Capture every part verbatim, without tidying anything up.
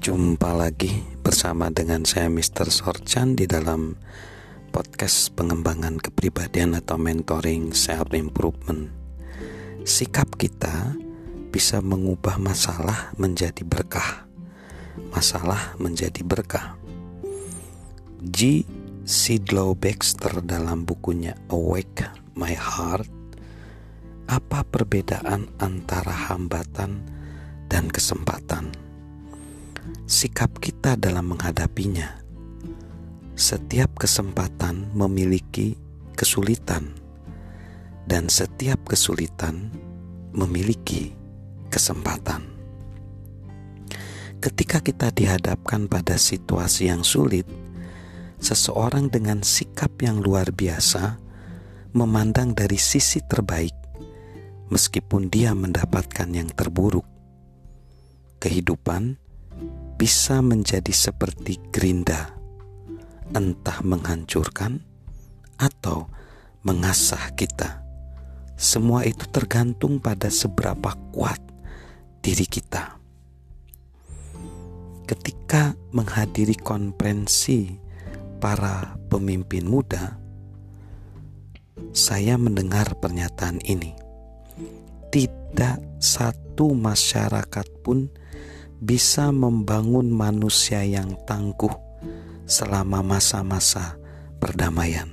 Jumpa lagi bersama dengan saya mister Sorchan di dalam podcast pengembangan kepribadian atau mentoring self improvement. Sikap kita bisa mengubah masalah menjadi berkah, masalah menjadi berkah. G. Sidlow Baxter dalam bukunya Awake My Heart, apa perbedaan antara hambatan dan kesempatan? Sikap kita dalam menghadapinya. Setiap kesempatan memiliki kesulitan, dan setiap kesulitan memiliki kesempatan. Ketika kita dihadapkan pada situasi yang sulit, seseorang dengan sikap yang luar biasa memandang dari sisi terbaik, meskipun dia mendapatkan yang terburuk. Kehidupan bisa menjadi seperti gerinda, entah menghancurkan atau mengasah kita. Semua itu tergantung pada seberapa kuat diri kita. Ketika menghadiri konferensi para pemimpin muda, saya mendengar pernyataan ini. Tidak satu masyarakat pun bisa membangun manusia yang tangguh selama masa-masa perdamaian.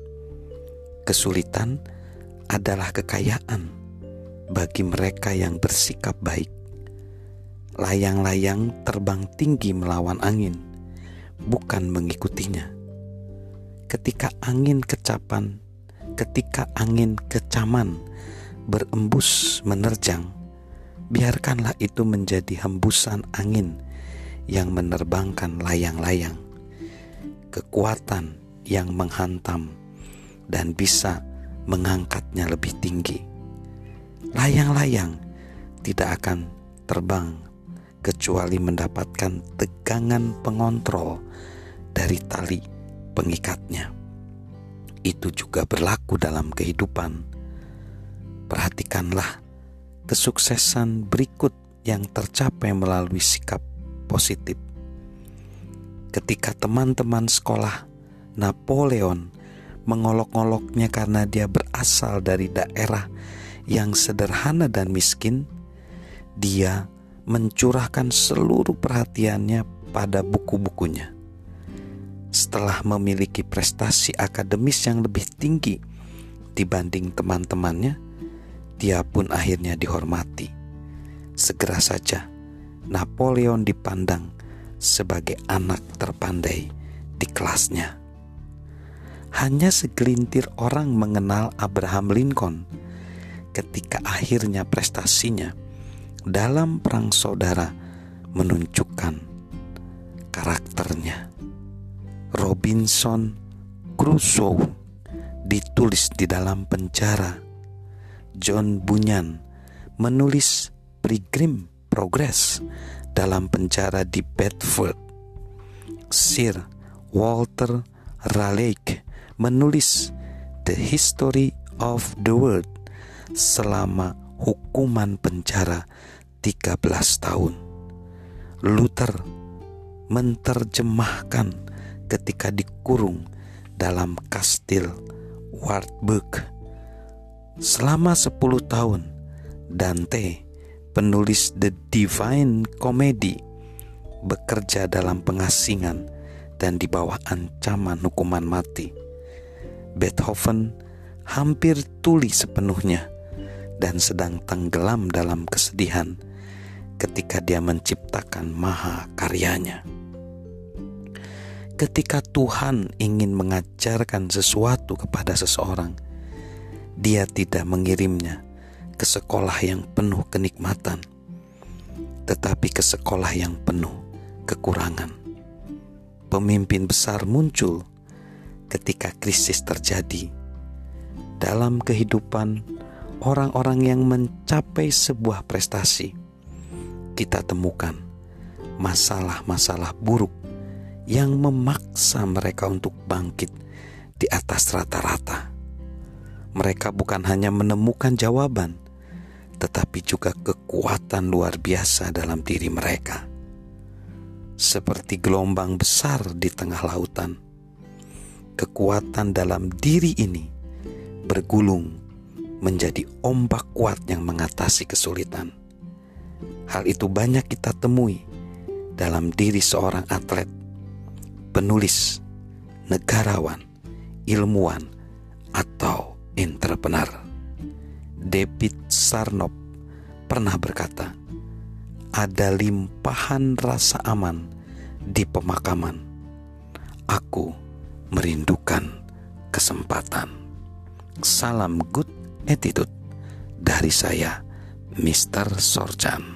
Kesulitan adalah kekayaan bagi mereka yang bersikap baik. Layang-layang terbang tinggi melawan angin, bukan mengikutinya. Ketika angin kecapan, ketika angin kecaman berembus menerjang, biarkanlah itu menjadi hembusan angin yang menerbangkan layang-layang, kekuatan yang menghantam dan bisa mengangkatnya lebih tinggi. Layang-layang tidak akan terbang kecuali mendapatkan tegangan pengontrol dari tali pengikatnya. Itu juga berlaku dalam kehidupan. Perhatikanlah kesuksesan berikut yang tercapai melalui sikap positif. Ketika teman-teman sekolah Napoleon mengolok-oloknya karena dia berasal dari daerah yang sederhana dan miskin, dia mencurahkan seluruh perhatiannya pada buku-bukunya. Setelah memiliki prestasi akademis yang lebih tinggi dibanding teman-temannya, dia pun akhirnya dihormati. Segera saja Napoleon dipandang sebagai anak terpandai di kelasnya. Hanya segelintir orang mengenal Abraham Lincoln ketika akhirnya prestasinya dalam perang saudara menunjukkan karakternya. Robinson Crusoe ditulis di dalam penjara. John Bunyan menulis Pilgrim Progress dalam penjara di Bedford. Sir Walter Raleigh menulis The History of the World selama hukuman penjara tiga belas tahun. Luther menerjemahkan ketika dikurung dalam kastil Wartburg selama sepuluh tahun. Dante, penulis The Divine Comedy, bekerja dalam pengasingan dan di bawah ancaman hukuman mati. Beethoven hampir tuli sepenuhnya dan sedang tenggelam dalam kesedihan ketika dia menciptakan maha karyanya. Ketika Tuhan ingin mengajarkan sesuatu kepada seseorang, Dia tidak mengirimnya ke sekolah yang penuh kenikmatan, tetapi ke sekolah yang penuh kekurangan. Pemimpin besar muncul ketika krisis terjadi. Dalam kehidupan orang-orang yang mencapai sebuah prestasi, kita temukan masalah-masalah buruk yang memaksa mereka untuk bangkit di atas rata-rata. Mereka bukan hanya menemukan jawaban, tetapi juga kekuatan luar biasa dalam diri mereka. seperti gelombang besar di tengah lautan. Kekuatan dalam diri ini bergulung menjadi ombak kuat yang mengatasi kesulitan. Hal itu banyak kita temui dalam diri seorang atlet, penulis, negarawan, ilmuwan, atau entrepreneur. David Sarnoff pernah berkata, "Ada limpahan rasa aman di pemakaman. Aku merindukan kesempatan." Salam good attitude dari saya, mister Sorjan.